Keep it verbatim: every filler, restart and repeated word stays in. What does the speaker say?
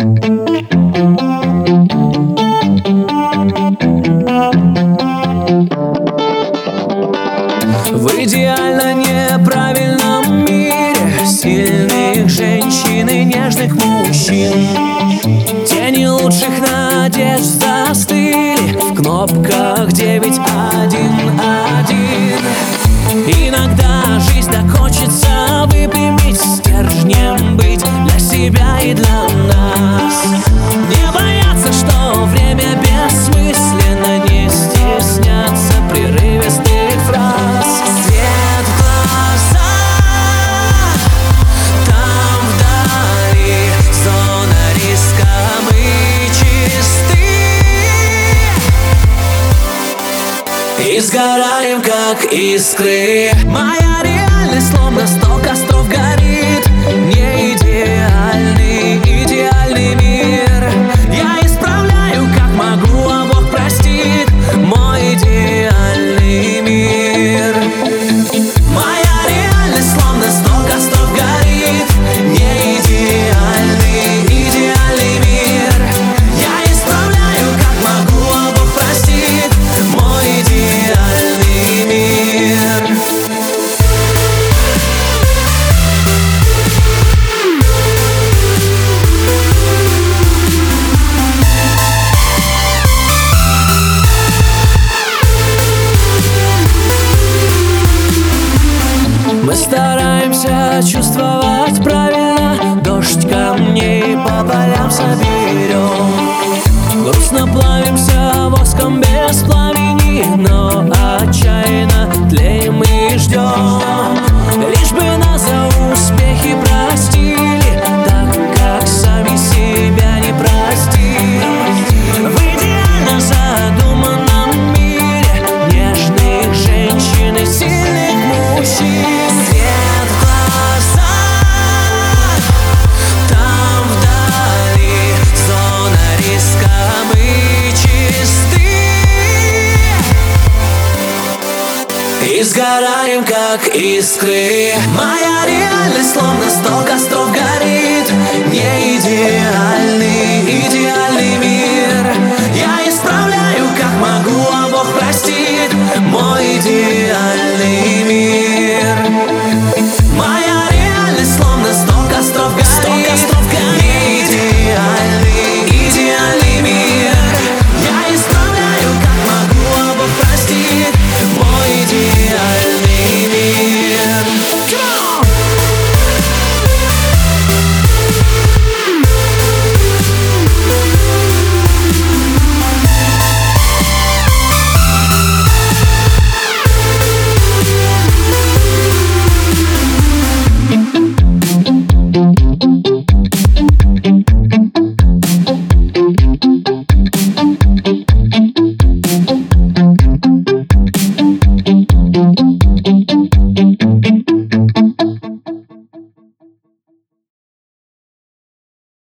В идеально неправильном мире сильных женщин и нежных мужчин тени лучших надежд застыли в кнопках девять один один. Иногда жизнь так хочется выпрямить, стержнем быть для себя и для нас. Не бояться, что время бессмысленно, не стесняться прерывистых фраз. Свет в глазах, там вдали зона риска, мы чисты и сгораем, как искры. Моя реальность словно сто костров горит. Не идеальный, идеальный мир я исправляю, как могу, а Бог простит. Мой идеальный мир. Моя реальность словно сто костров горит. Не идеальный, идеальный мир я исправляю, как могу, а Бог простит. Мой идеальный мир. Мы стараемся чувствовать правильно, дождь камней по полям соберем. Грустно плавимся воском без пламени, но отчаянно тлеем и ждем. Лишь бы нас за успехи простили, так как сами себя не простили. В идеально задуманном мире нежных женщин и сильных мужчин. Свет в глазах, там вдали зона риска, мы чисты и сгораем, как искры. Моя реальность словно сто костров